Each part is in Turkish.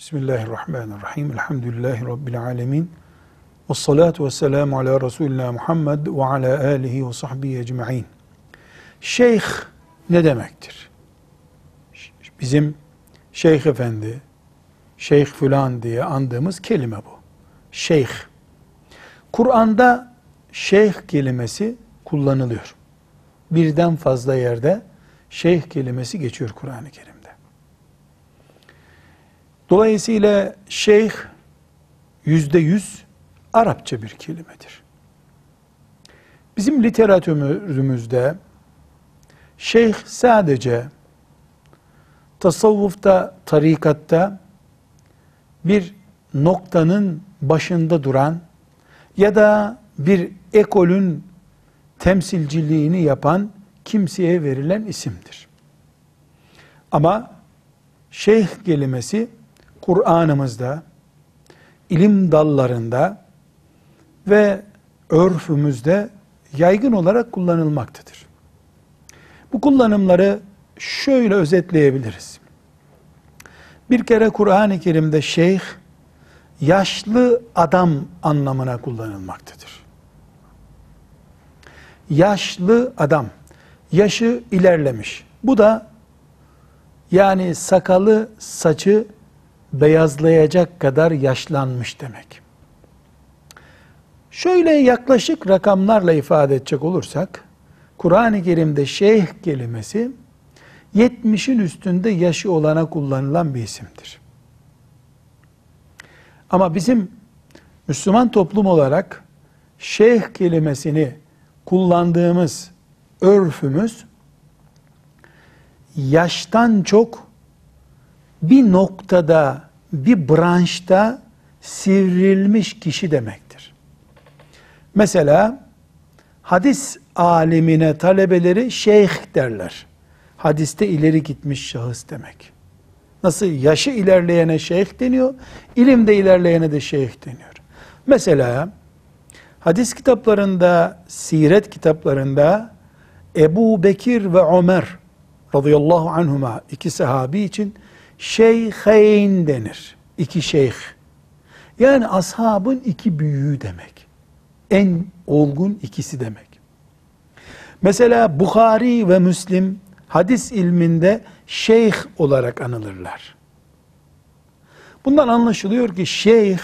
Bismillahirrahmanirrahim. Elhamdülillahi Rabbil alemin. Vessalatu vesselamu ala Resulina Muhammed ve ala alihi ve sahbihi ecma'in. Şeyh ne demektir? Bizim Şeyh Efendi, Şeyh Fülan diye andığımız kelime bu. Şeyh. Kur'an'da şeyh kelimesi kullanılıyor. Birden fazla yerde şeyh kelimesi geçiyor Kur'an-ı Kerim'de. Dolayısıyla şeyh %100 Arapça bir kelimedir. Bizim literatürümüzde şeyh sadece tasavvufta, tarikatta bir noktanın başında duran ya da bir ekolün temsilciliğini yapan kimseye verilen isimdir. Ama şeyh kelimesi Kur'an'ımızda, ilim dallarında ve örfümüzde yaygın olarak kullanılmaktadır. Bu kullanımları şöyle özetleyebiliriz. Bir kere Kur'an-ı Kerim'de şeyh, yaşlı adam anlamına kullanılmaktadır. Yaşlı adam, yaşı ilerlemiş. Bu da yani sakalı, saçı beyazlayacak kadar yaşlanmış demek. Şöyle yaklaşık rakamlarla ifade edecek olursak, Kur'an-ı Kerim'de şeyh kelimesi 70'in üstünde yaşı olana kullanılan bir isimdir. Ama bizim Müslüman toplum olarak şeyh kelimesini kullandığımız örfümüz yaştan çok bir noktada, bir branşta sivrilmiş kişi demektir. Mesela hadis alimine talebeleri şeyh derler. Hadiste ileri gitmiş şahıs demek. Nasıl yaşı ilerleyene şeyh deniyor, ilimde ilerleyene de şeyh deniyor. Mesela hadis kitaplarında, siret kitaplarında Ebu Bekir ve Ömer radıyallahu anhuma iki sahabi için şeyheyn denir. İki şeyh. Yani ashabın iki büyüğü demek. En olgun ikisi demek. Mesela Bukhari ve Müslim hadis ilminde şeyh olarak anılırlar. Bundan anlaşılıyor ki şeyh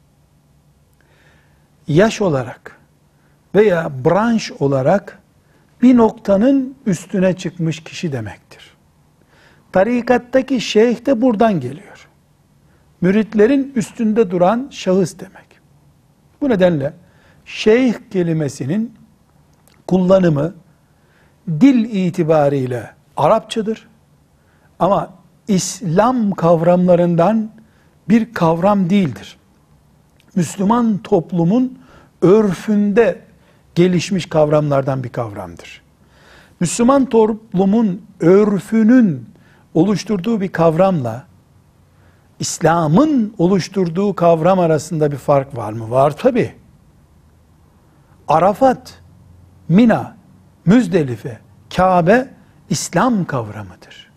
yaş olarak veya branş olarak bir noktanın üstüne çıkmış kişi demektir. Tarikattaki şeyh de buradan geliyor. Müritlerin üstünde duran şahıs demek. Bu nedenle şeyh kelimesinin kullanımı dil itibariyle Arapçadır. Ama İslam kavramlarından bir kavram değildir. Müslüman toplumun örfünde gelişmiş kavramlardan bir kavramdır. Müslüman toplumun örfünün oluşturduğu bir kavramla İslam'ın oluşturduğu kavram arasında bir fark var mı? Var tabii. Arafat, Mina, Müzdelife, Kabe İslam kavramıdır.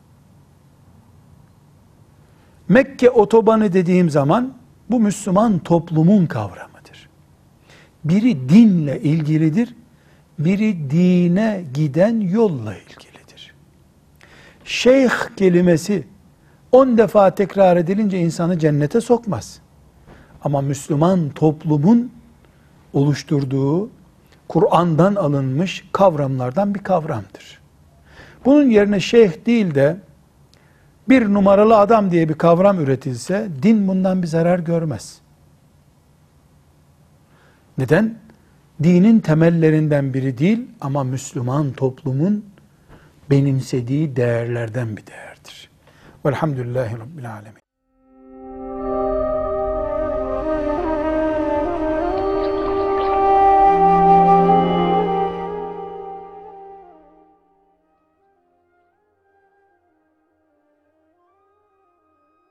Mekke otobanı dediğim zaman bu Müslüman toplumun kavramıdır. Biri dinle ilgilidir, biri dine giden yolla ilgilidir. Şeyh kelimesi 10 defa tekrar edilince insanı cennete sokmaz. Ama Müslüman toplumun oluşturduğu Kur'an'dan alınmış kavramlardan bir kavramdır. Bunun yerine şeyh değil de bir numaralı adam diye bir kavram üretilse din bundan bir zarar görmez. Neden? Dinin temellerinden biri değil ama Müslüman toplumun benimsediği değerlerden bir değerdir. Velhamdülillahi Rabbil alemin.